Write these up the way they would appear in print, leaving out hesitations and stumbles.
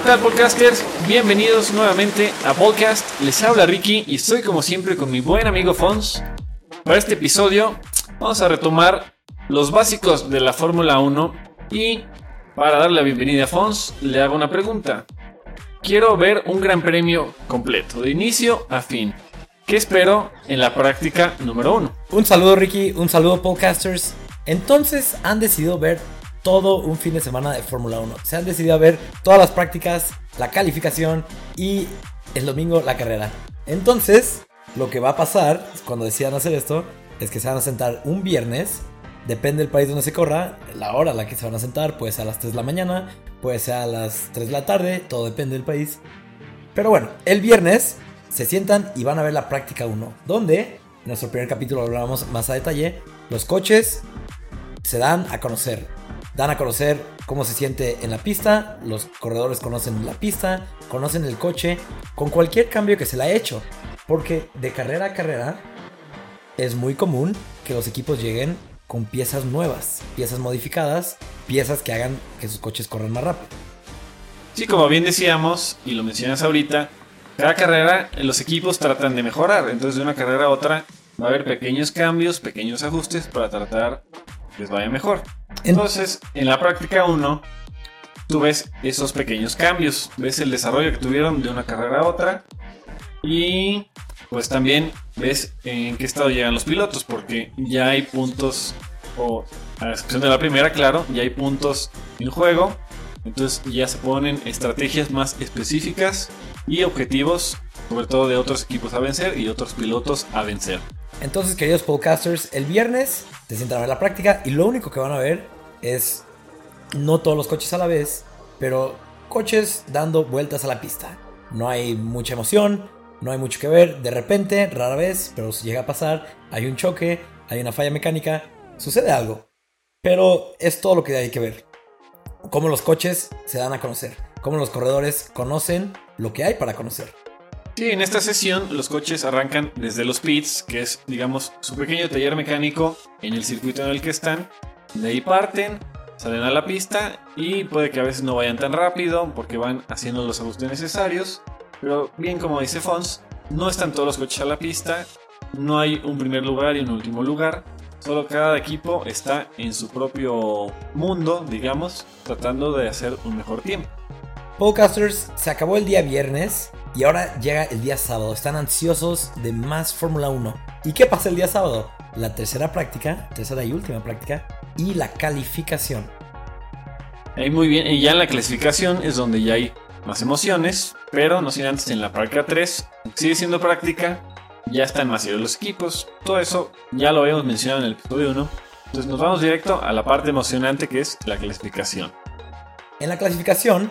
tal, podcasters? Bienvenidos nuevamente a Podcast. Les habla Ricky y estoy como siempre con mi buen amigo Fons. Para este episodio vamos a retomar los básicos de la Fórmula 1 y para darle la bienvenida a Fons le hago una pregunta. Quiero ver un gran premio completo, de inicio a fin. ¿Qué espero en la práctica número 1? Un saludo, Ricky, un saludo, podcasters. Entonces han decidido ver todo un fin de semana de Fórmula 1. Se han decidido a ver todas las prácticas, la calificación y el domingo la carrera. Entonces, lo que va a pasar cuando decidan hacer esto es que se van a sentar un viernes. Depende del país donde se corra, la hora a la que se van a sentar. Puede ser a las 3 de la mañana, puede ser a las 3 de la tarde, todo depende del país. Pero bueno, el viernes se sientan y van a ver la práctica 1, donde en nuestro primer capítulo hablábamos más a detalle. Los coches se dan a conocer cómo se siente en la pista. Los corredores conocen la pista, conocen el coche, con cualquier cambio que se le haya hecho. Porque de carrera a carrera es muy común que los equipos lleguen con piezas nuevas, piezas modificadas, piezas que hagan que sus coches corran más rápido. Sí, como bien decíamos, y lo mencionas ahorita, cada carrera los equipos tratan de mejorar. Entonces de una carrera a otra va a haber pequeños cambios, pequeños ajustes para tratar que les vaya mejor. Entonces, en la práctica 1, tú ves esos pequeños cambios, ves el desarrollo que tuvieron de una carrera a otra y pues también ves en qué estado llegan los pilotos, porque ya hay puntos, o a excepción de la primera, claro, ya hay puntos en juego. Entonces ya se ponen estrategias más específicas y objetivos, sobre todo de otros equipos a vencer y otros pilotos a vencer. Entonces, queridos podcasters, el viernes se sientan a ver la práctica y lo único que van a ver es no todos los coches a la vez, pero coches dando vueltas a la pista. No hay mucha emoción, no hay mucho que ver. De repente, rara vez, pero si llega a pasar, hay un choque, hay una falla mecánica, sucede algo. Pero es todo lo que hay que ver. Cómo los coches se dan a conocer, cómo los corredores conocen lo que hay para conocer. Sí, en esta sesión los coches arrancan desde los pits, que es, digamos, su pequeño taller mecánico en el circuito en el que están. De ahí parten, salen a la pista y puede que a veces no vayan tan rápido porque van haciendo los ajustes necesarios. Pero bien, como dice Fons, no están todos los coches a la pista, no hay un primer lugar y un último lugar. Solo cada equipo está en su propio mundo, digamos, tratando de hacer un mejor tiempo. Podcasters, se acabó el día viernes y ahora llega el día sábado. Están ansiosos de más Fórmula 1. ¿Y qué pasa el día sábado? La tercera y última práctica y la calificación. Ahí muy bien, y ya en la clasificación es donde ya hay más emociones, pero no sin antes en la práctica 3, sigue siendo práctica, ya están más serios los equipos. Todo eso ya lo habíamos mencionado en el episodio 1. Entonces nos vamos directo a la parte emocionante, que es la clasificación. En la clasificación,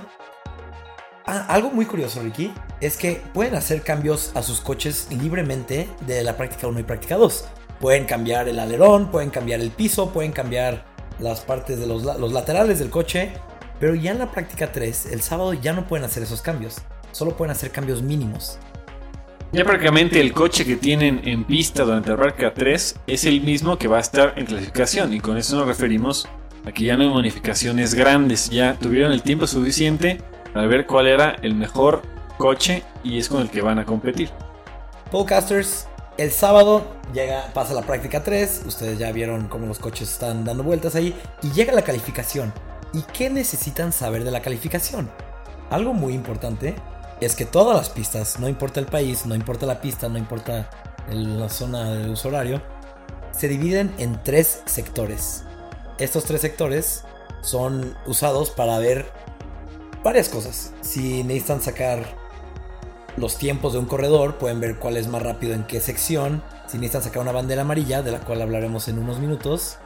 algo muy curioso, Ricky, es que pueden hacer cambios a sus coches libremente de la práctica 1 y práctica 2. Pueden cambiar el alerón, pueden cambiar el piso, pueden cambiar las partes de los laterales del coche. Pero ya en la práctica 3, el sábado ya no pueden hacer esos cambios. Solo pueden hacer cambios mínimos. Ya prácticamente el coche que tienen en pista durante la práctica 3 es el mismo que va a estar en clasificación. Y con eso nos referimos a que ya no hay modificaciones grandes. Ya tuvieron el tiempo suficiente para ver cuál era el mejor coche y es con el que van a competir. Podcasters, el sábado pasa la práctica 3. Ustedes ya vieron cómo los coches están dando vueltas ahí. Y llega la calificación. ¿Y qué necesitan saber de la calificación? Algo muy importante es que todas las pistas, no importa el país, no importa la pista, no importa la zona de uso horario, se dividen en 3 sectores. Estos 3 sectores son usados para ver varias cosas. Si necesitan sacar los tiempos de un corredor, pueden ver cuál es más rápido en qué sección. Si necesitan sacar una bandera amarilla, de la cual hablaremos en unos minutos.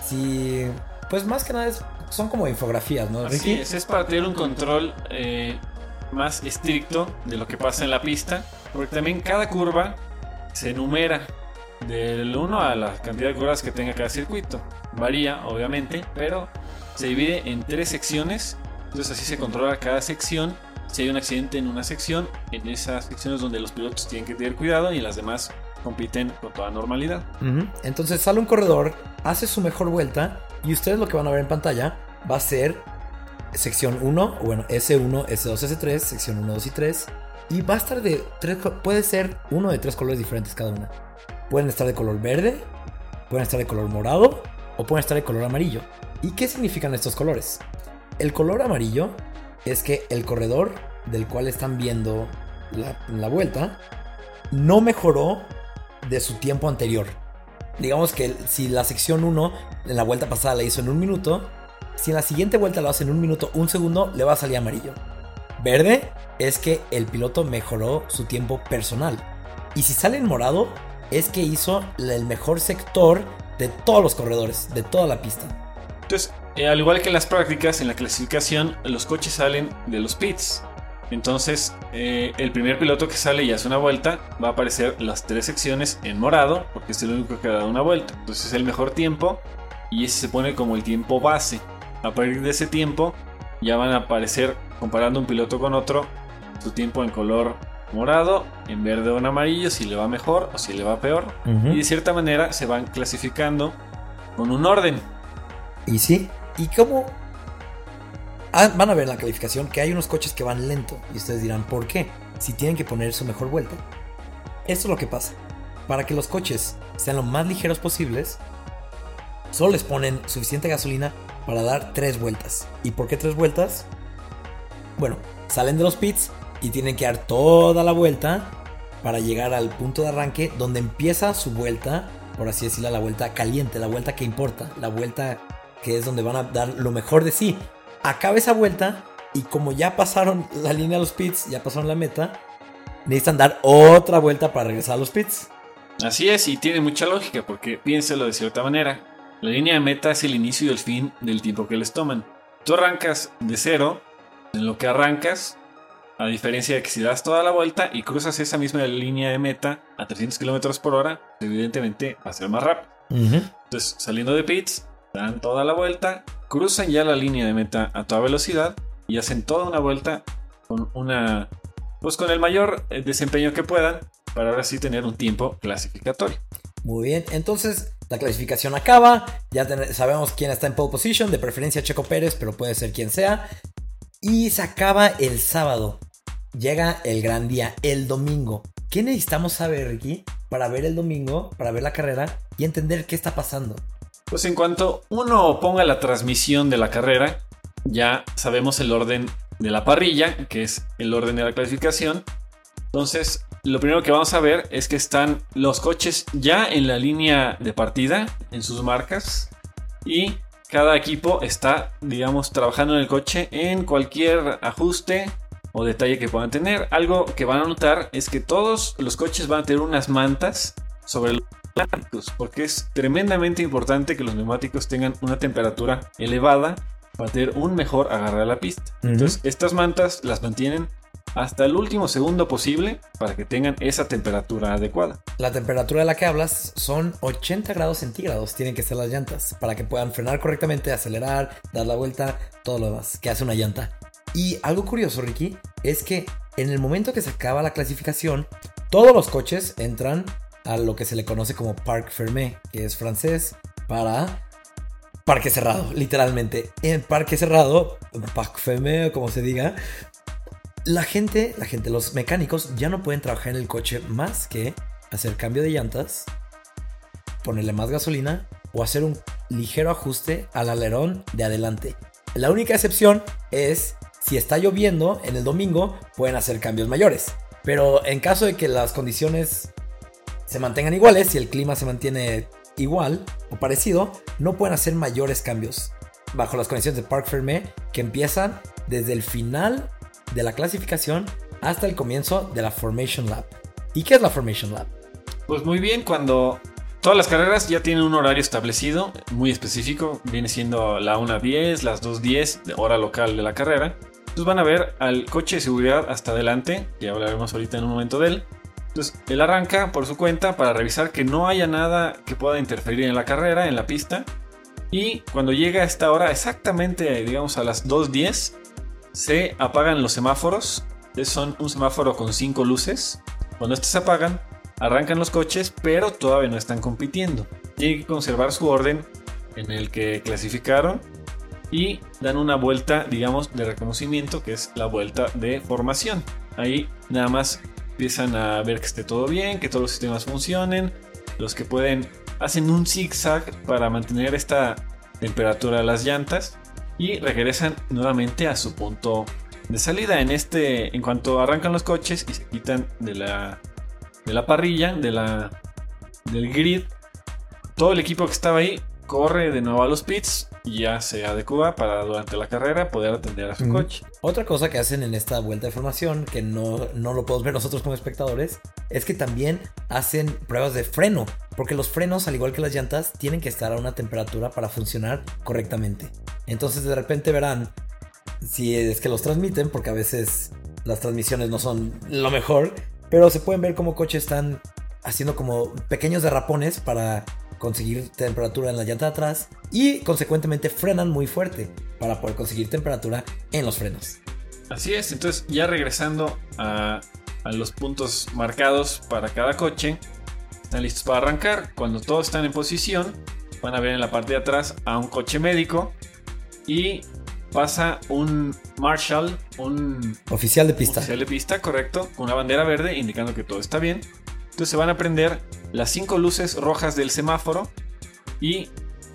Pues más que nada son como infografías, ¿no, Ricky? Así es para tener un control más estricto de lo que pasa en la pista, porque también cada curva se enumera del 1 a la cantidad de curvas que tenga cada circuito. Varía, obviamente, pero se divide en 3 secciones. Entonces así se controla cada sección. Si hay un accidente en una sección, en esas secciones donde los pilotos tienen que tener cuidado y en las demás compiten con toda normalidad. Entonces sale un corredor, hace su mejor vuelta y ustedes lo que van a ver en pantalla va a ser sección 1, bueno, S1, S2, S3, sección 1, 2 y 3. Y va a estar de tres, puede ser uno de 3 colores diferentes cada una. Pueden estar de color verde, pueden estar de color morado o pueden estar de color amarillo. ¿Y qué significan estos colores? El color amarillo es que el corredor del cual están viendo la vuelta no mejoró de su tiempo anterior. Digamos que si la sección 1 en la vuelta pasada la hizo en 1 minuto, si en la siguiente vuelta lo hace en 1 minuto, 1 segundo, le va a salir amarillo. Verde es que el piloto mejoró su tiempo personal. Y si sale en morado, es que hizo el mejor sector de todos los corredores, de toda la pista. Entonces, al igual que en las prácticas, en la clasificación, los coches salen de los pits. Entonces, el primer piloto que sale y hace una vuelta va a aparecer las 3 secciones en morado, porque es el único que ha dado una vuelta. Entonces es el mejor tiempo y ese se pone como el tiempo base. A partir de ese tiempo ya van a aparecer, comparando un piloto con otro, su tiempo en color morado, en verde o en amarillo, si le va mejor o si le va peor. Y de cierta manera se van clasificando con un orden. Y sí, y como van a ver en la calificación que hay unos coches que van lento. Y ustedes dirán, ¿por qué? Si tienen que poner su mejor vuelta. Esto es lo que pasa. Para que los coches sean lo más ligeros posibles, solo les ponen suficiente gasolina para dar 3 vueltas. ¿Y por qué 3 vueltas? Bueno, salen de los pits y tienen que dar toda la vuelta para llegar al punto de arranque donde empieza su vuelta, por así decirlo, la vuelta caliente, la vuelta que importa, la vuelta que es donde van a dar lo mejor de sí. Acaba esa vuelta y como ya pasaron la línea de los pits, ya pasaron la meta, necesitan dar otra vuelta para regresar a los pits. Así es, y tiene mucha lógica, porque piénselo de cierta manera. La línea de meta es el inicio y el fin del tiempo que les toman. Tú arrancas de cero, en lo que arrancas, a diferencia de que si das toda la vuelta y cruzas esa misma línea de meta a 300 km por hora, evidentemente va a ser más rápido. Entonces, saliendo de pits, dan toda la vuelta, cruzan ya la línea de meta a toda velocidad y hacen toda una vuelta con con el mayor desempeño que puedan, para ahora sí tener un tiempo clasificatorio. Muy bien, entonces la clasificación acaba, ya sabemos quién está en pole position, de preferencia Checo Pérez, pero puede ser quien sea. Y se acaba el sábado, llega el gran día, el domingo. ¿Qué necesitamos saber, Ricky, para ver el domingo, para ver la carrera y entender qué está pasando? Pues en cuanto uno ponga la transmisión de la carrera, ya sabemos el orden de la parrilla, que es el orden de la clasificación. Entonces, lo primero que vamos a ver es que están los coches ya en la línea de partida, en sus marcas, y cada equipo está, digamos, trabajando en el coche en cualquier ajuste o detalle que puedan tener. Algo que van a notar es que todos los coches van a tener unas mantas sobre los neumáticos, porque es tremendamente importante que los neumáticos tengan una temperatura elevada para tener un mejor agarre a la pista. Entonces, estas mantas las mantienen hasta el último segundo posible para que tengan esa temperatura adecuada. La temperatura de la que hablas son 80 grados centígrados, tienen que ser las llantas, para que puedan frenar correctamente, acelerar, dar la vuelta, todo lo demás que hace una llanta. Y algo curioso, Ricky, es que en el momento que se acaba la clasificación, todos los coches entran a lo que se le conoce como Parc Fermé, que es francés para parque cerrado, literalmente. En parque cerrado, Parc Fermé, como se diga, la gente, los mecánicos ya no pueden trabajar en el coche más que hacer cambio de llantas, ponerle más gasolina o hacer un ligero ajuste al alerón de adelante. La única excepción es si está lloviendo en el domingo, pueden hacer cambios mayores. Pero en caso de que las condiciones se mantengan iguales, si el clima se mantiene igual o parecido, no pueden hacer mayores cambios bajo las condiciones de Parc Fermé, que empiezan desde el final de la clasificación hasta el comienzo de la Formation Lap. ¿Y qué es la Formation Lap? Pues muy bien, cuando todas las carreras ya tienen un horario establecido, muy específico, viene siendo la 1:10, las 2:10 de hora local de la carrera. Entonces van a ver al coche de seguridad hasta adelante, que hablaremos ahorita en un momento de él. Entonces él arranca por su cuenta para revisar que no haya nada que pueda interferir en la carrera, en la pista. Y cuando llega a esta hora, exactamente digamos a las 2:10, se apagan los semáforos. Son un semáforo con 5 luces. Cuando estos se apagan, arrancan los coches, pero todavía no están compitiendo. Tienen que conservar su orden en el que clasificaron y dan una vuelta, digamos, de reconocimiento, que es la vuelta de formación. Ahí nada más empiezan a ver que esté todo bien, que todos los sistemas funcionen. Los que pueden hacen un zigzag para mantener esta temperatura de las llantas y regresan nuevamente a su punto de salida. En cuanto arrancan los coches y se quitan de la parrilla, del grid, todo el equipo que estaba ahí corre de nuevo a los pits y ya se adecua para durante la carrera poder atender a su coche. Otra cosa que hacen en esta vuelta de formación, que no lo podemos ver nosotros como espectadores, es que también hacen pruebas de freno, porque los frenos, al igual que las llantas, tienen que estar a una temperatura para funcionar correctamente. Entonces de repente verán, si es que los transmiten, porque a veces las transmisiones no son lo mejor, pero se pueden ver cómo coches están haciendo como pequeños derrapones para conseguir temperatura en la llanta de atrás y consecuentemente frenan muy fuerte para poder conseguir temperatura en los frenos. Así es, entonces ya regresando a los puntos marcados para cada coche, están listos para arrancar. Cuando todos están en posición, van a ver en la parte de atrás a un coche médico y pasa un marshal, un oficial de pista. Oficial de pista, correcto, con una bandera verde indicando que todo está bien. Entonces se van a prender las 5 luces rojas del semáforo y...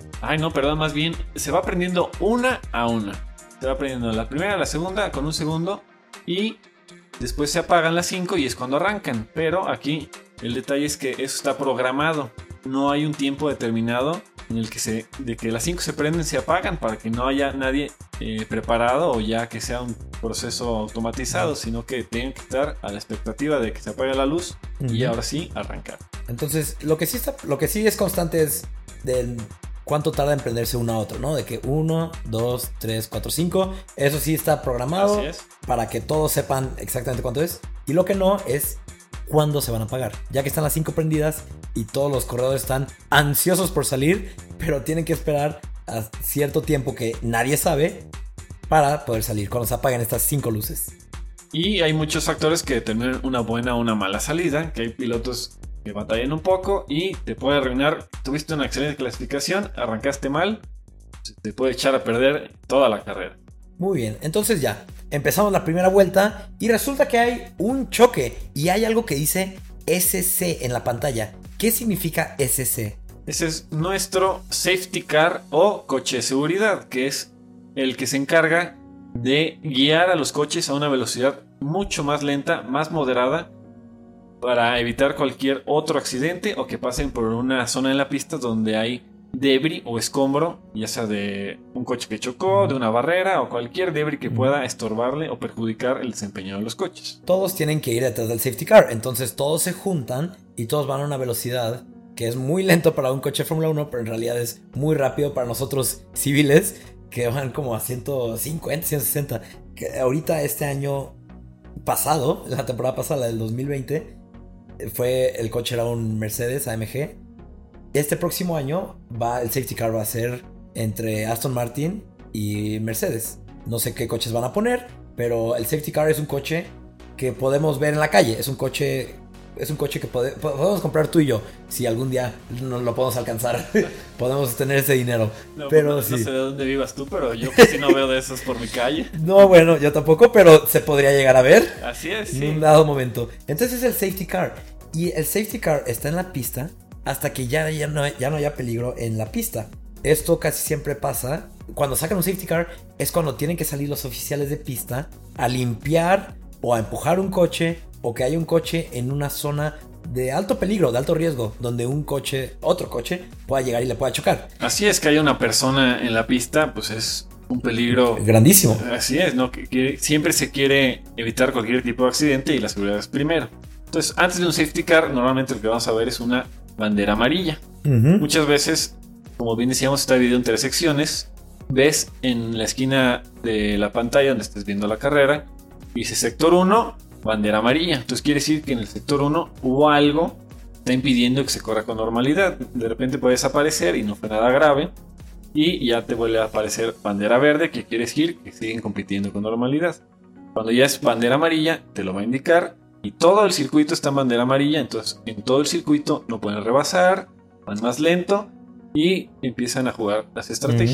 más bien se va prendiendo una a una. Se va prendiendo la primera, la segunda, con un segundo y después se apagan las 5 y es cuando arrancan. Pero aquí el detalle es que eso está programado. No hay un tiempo determinado en el que de que las 5 se prenden, se apagan para que no haya nadie preparado o ya que sea un proceso automatizado, sino que tienen que estar a la expectativa de que se apague la luz y ahora sí arrancar. Entonces lo que sí es constante es del cuánto tarda en prenderse uno a otro, ¿no? De que 1, 2, 3, 4, 5. Eso sí está programado para que todos sepan exactamente cuánto es. Y lo que no es cuándo se van a apagar. Ya que están las 5 prendidas y todos los corredores están ansiosos por salir, pero tienen que esperar a cierto tiempo que nadie sabe para poder salir cuando se apagan estas 5 luces. Y hay muchos factores que determinan una buena o una mala salida, que hay pilotos que batallan un poco y te puede arruinar. Tuviste una excelente clasificación, arrancaste mal, te puede echar a perder toda la carrera. Muy bien, entonces ya empezamos la primera vuelta y resulta que hay un choque y hay algo que dice SC en la pantalla. ¿Qué significa SC? Ese es nuestro safety car o coche de seguridad, que es el que se encarga de guiar a los coches a una velocidad mucho más lenta, más moderada, para evitar cualquier otro accidente o que pasen por una zona en la pista donde hay debris o escombro, ya sea de un coche que chocó, de una barrera o cualquier debris que pueda estorbarle o perjudicar el desempeño de los coches. Todos tienen que ir detrás del safety car, entonces todos se juntan y todos van a una velocidad que es muy lento para un coche de Fórmula 1, pero en realidad es muy rápido para nosotros civiles que van como a 150, 160. Que ahorita este año pasado, la temporada pasada, del 2020, el coche era un Mercedes AMG. Este próximo año el safety car va a ser entre Aston Martin y Mercedes. No sé qué coches van a poner, pero el safety car es un coche que podemos ver en la calle. Es un coche que podemos comprar tú y yo. Si algún día no lo podemos alcanzar, podemos tener ese dinero. Pero no sí. sé de dónde vivas tú, pero yo casi no veo de esos por mi calle. No, bueno, yo tampoco, pero se podría llegar a ver. Así es, sí. En un dado momento. Entonces es el safety car. Y el safety car está en la pista hasta que ya no haya peligro en la pista. Esto casi siempre pasa. Cuando sacan un safety car es cuando tienen que salir los oficiales de pista a limpiar o a empujar un coche, o que haya un coche en una zona de alto peligro, de alto riesgo, donde otro coche pueda llegar y le pueda chocar. Así es, que haya una persona en la pista, pues es un peligro grandísimo. Así es, ¿no? Que siempre se quiere evitar cualquier tipo de accidente y la seguridad es primero. Entonces, antes de un safety car, normalmente lo que vamos a ver es una bandera amarilla. Muchas veces, como bien decíamos, está dividido en 3 secciones. Ves en la esquina de la pantalla donde estés viendo la carrera, dice sector 1, bandera amarilla. Entonces quiere decir que en el sector 1 hubo algo que está impidiendo que se corra con normalidad. De repente puede desaparecer y no fue nada grave, y ya te vuelve a aparecer bandera verde, que quiere decir que siguen compitiendo con normalidad. Cuando ya es bandera amarilla, te lo va a indicar, y todo el circuito está en bandera amarilla. Entonces en todo el circuito no pueden rebasar, van más lento y empiezan a jugar las estrategias.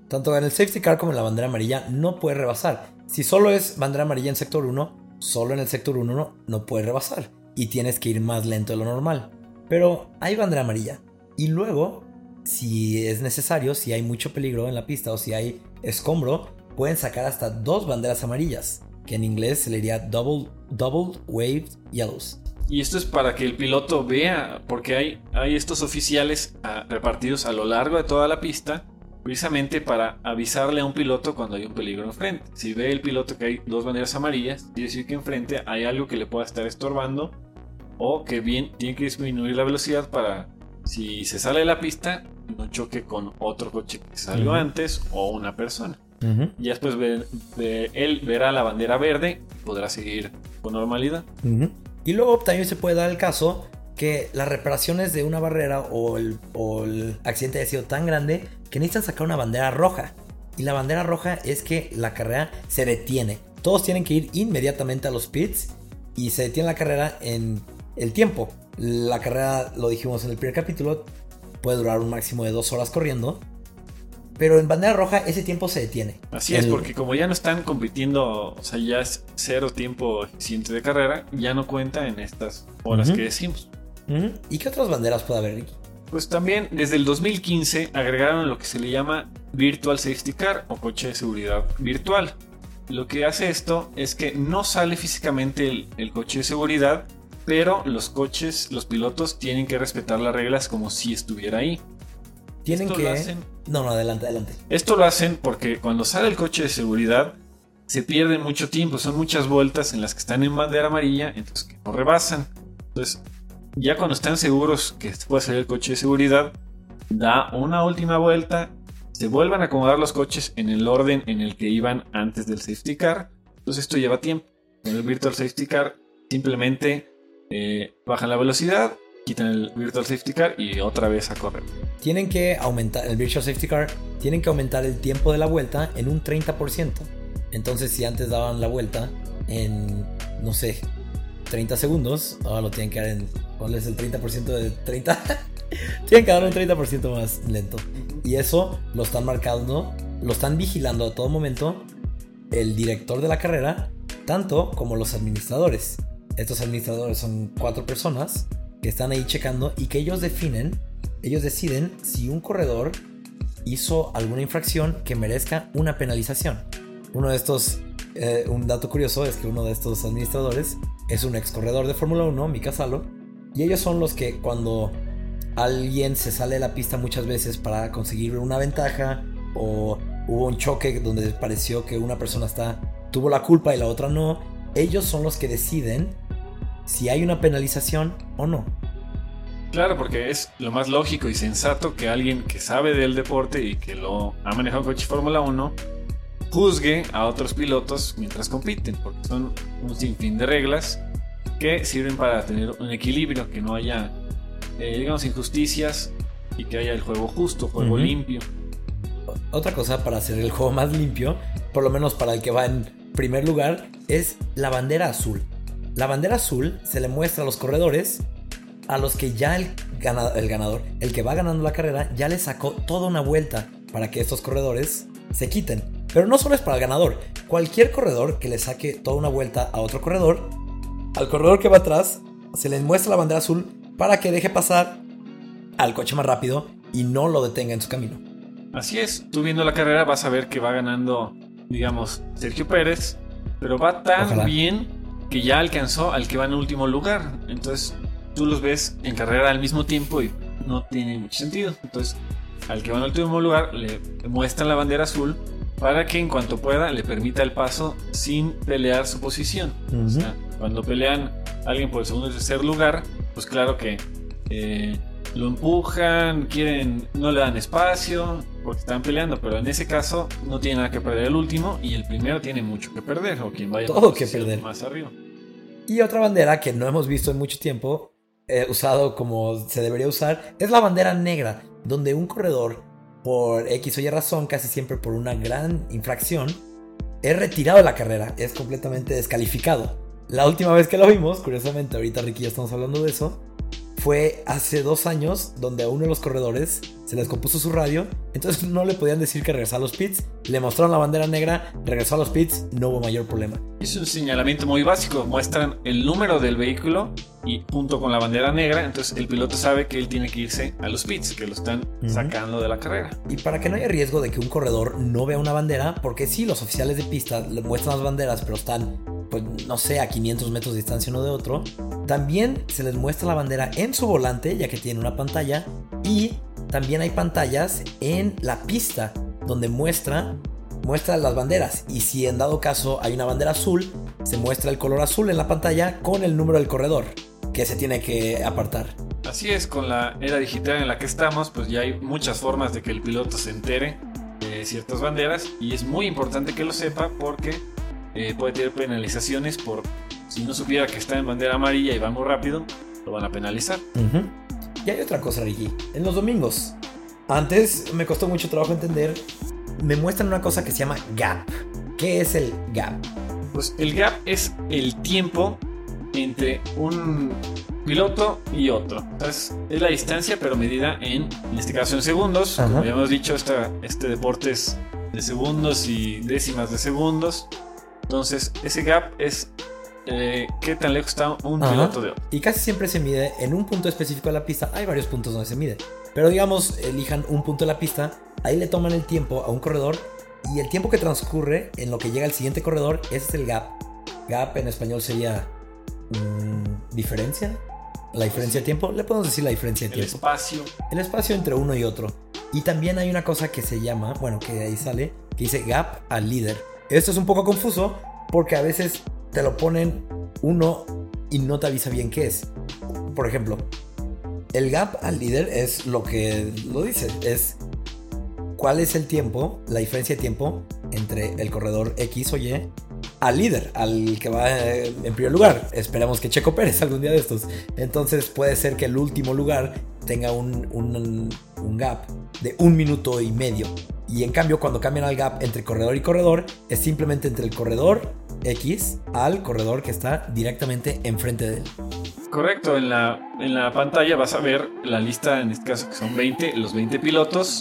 Tanto en el safety car como en la bandera amarilla no puedes rebasar. Si solo es bandera amarilla en sector 1, solo en el sector 1 no puedes rebasar y tienes que ir más lento de lo normal. Pero hay bandera amarilla. Y luego, si es necesario, si hay mucho peligro en la pista o si hay escombro, pueden sacar hasta 2 banderas amarillas, que en inglés se le diría double waved yellows. Y esto es para que el piloto vea, porque hay estos oficiales repartidos a lo largo de toda la pista, precisamente para avisarle a un piloto cuando hay un peligro enfrente. Si ve el piloto que hay 2 banderas amarillas, quiere decir que enfrente hay algo que le pueda estar estorbando, o que bien tiene que disminuir la velocidad para, si se sale de la pista, no choque con otro coche que salió antes o una persona. Y después él verá la bandera verde y podrá seguir con normalidad. Y luego también se puede dar el caso que las reparaciones de una barrera o el accidente haya sido tan grande que necesitan sacar una bandera roja. Y la bandera roja es que la carrera se detiene. Todos tienen que ir inmediatamente a los pits y se detiene la carrera en el tiempo. La carrera, lo dijimos en el primer capítulo, puede durar un máximo de 2 horas corriendo. Pero en bandera roja ese tiempo se detiene. Así es, porque como ya no están compitiendo, o sea, ya es 0 tiempo eficiente de carrera, ya no cuenta en estas horas que decimos. ¿Y qué otras banderas puede haber, Ricky? Pues también desde el 2015 agregaron lo que se le llama Virtual Safety Car o coche de seguridad virtual. Lo que hace esto es que no sale físicamente el coche de seguridad, pero los pilotos tienen que respetar las reglas como si estuviera ahí. Tienen que... No, adelante. Esto lo hacen porque cuando sale el coche de seguridad se pierde mucho tiempo, son muchas vueltas en las que están en bandera amarilla, entonces que no rebasan. Entonces, ya cuando están seguros que puede salir el coche de seguridad, da una última vuelta, se vuelvan a acomodar los coches en el orden en el que iban antes del safety car. Entonces esto lleva tiempo. Con el Virtual Safety Car simplemente bajan la velocidad, quitan el Virtual Safety Car y otra vez a correr. Tienen que aumentar el Virtual Safety Car, tienen que aumentar el tiempo de la vuelta en un 30%. Entonces, si antes daban la vuelta en, no sé, 30 segundos, ahora lo tienen que dar en, ¿cuál es el 30% de 30? Tienen que dar un 30% más lento. Y eso lo están marcando, lo están vigilando a todo momento el director de la carrera, tanto como los administradores. Estos administradores son 4 personas que están ahí checando y que ellos deciden si un corredor hizo alguna infracción que merezca una penalización. Uno de estos, un dato curioso es que uno de estos administradores es un ex corredor de Fórmula 1, Mika Salo, y ellos son los que cuando alguien se sale de la pista muchas veces para conseguir una ventaja o hubo un choque donde pareció que una persona tuvo la culpa y la otra no, ellos son los que deciden si hay una penalización o no. Claro, porque es lo más lógico y sensato que alguien que sabe del deporte y que lo ha manejado coche Fórmula 1 juzgue a otros pilotos mientras compiten, porque son un sinfín de reglas que sirven para tener un equilibrio, que no haya, digamos, injusticias y que haya el juego justo, juego limpio. Otra cosa para hacer el juego más limpio, por lo menos para el que va en primer lugar, es la bandera azul. La bandera azul se le muestra a los corredores a los que ya el ganador, el que va ganando la carrera, ya le sacó toda una vuelta para que estos corredores se quiten. Pero no solo es para el ganador. Cualquier corredor que le saque toda una vuelta a otro corredor, al corredor que va atrás, se le muestra la bandera azul para que deje pasar al coche más rápido y no lo detenga en su camino. Así es, tú viendo la carrera vas a ver que va ganando, digamos, Sergio Pérez, pero va tan bien que ya alcanzó al que va en último lugar. Entonces tú los ves en carrera al mismo tiempo y no tiene mucho sentido. Entonces al que va en último lugar le muestran la bandera azul para que en cuanto pueda le permita el paso sin pelear su posición. O sea, cuando pelean a alguien por el segundo y tercer lugar, pues claro que lo empujan, no le dan espacio porque están peleando, pero en ese caso no tiene nada que perder el último y el primero tiene mucho que perder, o quien vaya todo que perder más arriba. Y otra bandera que no hemos visto en mucho tiempo usado como se debería usar es la bandera negra, donde un corredor por X o Y razón, casi siempre por una gran infracción, es retirado de la carrera, es completamente descalificado. La última vez que lo vimos, curiosamente ahorita Ricky y yo estamos hablando de eso, fue hace 2 años donde a uno de los corredores se les compuso su radio, entonces no le podían decir que regresara a los pits, le mostraron la bandera negra, regresó a los pits, no hubo mayor problema. Es un señalamiento muy básico, muestran el número del vehículo y junto con la bandera negra, entonces el piloto sabe que él tiene que irse a los pits, que lo están sacando de la carrera. Y para que no haya riesgo de que un corredor no vea una bandera, porque sí, los oficiales de pista le muestran las banderas, pero están, pues no sé, a 500 metros de distancia uno de otro, también se les muestra la bandera en su volante, ya que tiene una pantalla, y también hay pantallas en la pista donde muestra las banderas, y si en dado caso hay una bandera azul, se muestra el color azul en la pantalla con el número del corredor que se tiene que apartar. Así es, con la era digital en la que estamos, pues ya hay muchas formas de que el piloto se entere de ciertas banderas, y es muy importante que lo sepa porque puede tener penalizaciones por si no supiera que está en bandera amarilla y va muy rápido, lo van a penalizar. Y hay otra cosa, Ricky, en los domingos, antes me costó mucho trabajo entender, me muestran una cosa que se llama gap. ¿Qué es el gap? Pues el gap es el tiempo entre un piloto y otro. Entonces, es la distancia, pero medida en este caso en segundos. Como ya hemos dicho, este deporte es de segundos y décimas de segundos. Entonces, ese gap es qué tan lejos está un piloto de otro. Y casi siempre se mide en un punto específico de la pista. Hay varios puntos donde se mide, pero digamos, elijan un punto de la pista. Ahí le toman el tiempo a un corredor, y el tiempo que transcurre en lo que llega al siguiente corredor, ese es el gap. Gap en español sería diferencia. La diferencia de tiempo, le podemos decir la diferencia de tiempo. El espacio entre uno y otro. Y también hay una cosa que se llama, bueno, que ahí sale, que dice gap al líder. Esto es un poco confuso porque a veces te lo ponen uno y no te avisa bien qué es. Por ejemplo, el gap al líder es lo que lo dice, es cuál es el tiempo, la diferencia de tiempo entre el corredor X o Y al líder, al que va en primer lugar. Esperamos que Checo Pérez algún día de estos. Entonces puede ser que el último lugar tenga un gap de 1 minuto y medio. Y en cambio, cuando cambian al gap entre corredor y corredor, es simplemente entre el corredor X al corredor que está directamente enfrente de él. Correcto, en la pantalla vas a ver la lista, en este caso que son 20, los 20 pilotos,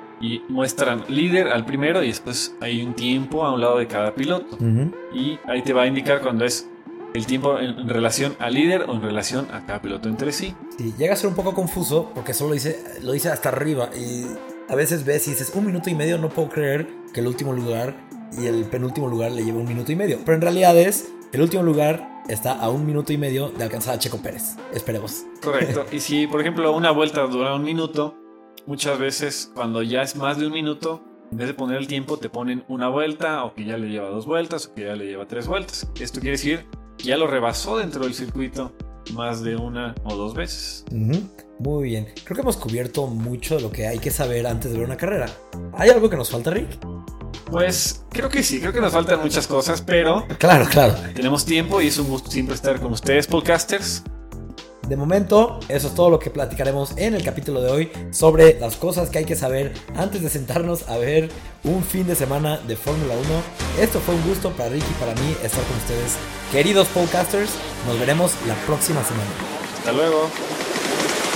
y muestran líder al primero y después hay un tiempo a un lado de cada piloto. Y ahí te va a indicar cuando es el tiempo en relación al líder o en relación a cada piloto entre sí. Sí, llega a ser un poco confuso porque solo lo dice hasta arriba, y a veces ves y dices 1 minuto y medio, no puedo creer que el último lugar y el penúltimo lugar le lleve 1 minuto y medio. Pero en realidad el último lugar está a 1 minuto y medio de alcanzar a Checo Pérez. Esperemos. Correcto. Y si, por ejemplo, una vuelta dura 1 minuto, muchas veces cuando ya es más de 1 minuto, en vez de poner el tiempo, te ponen una vuelta, o que ya le lleva 2 vueltas, o que ya le lleva 3 vueltas. Esto quiere decir que ya lo rebasó dentro del circuito más de 1 o 2 veces. Muy bien. Creo que hemos cubierto mucho de lo que hay que saber antes de ver una carrera. ¿Hay algo que nos falta, Rick? Pues creo que sí, creo que nos faltan muchas cosas, pero Claro. tenemos tiempo y es un gusto siempre estar con ustedes, podcasters. De momento, eso es todo lo que platicaremos en el capítulo de hoy sobre las cosas que hay que saber antes de sentarnos a ver un fin de semana de Fórmula 1. Esto fue un gusto para Ricky y para mí estar con ustedes, queridos podcasters. Nos veremos la próxima semana. Hasta luego.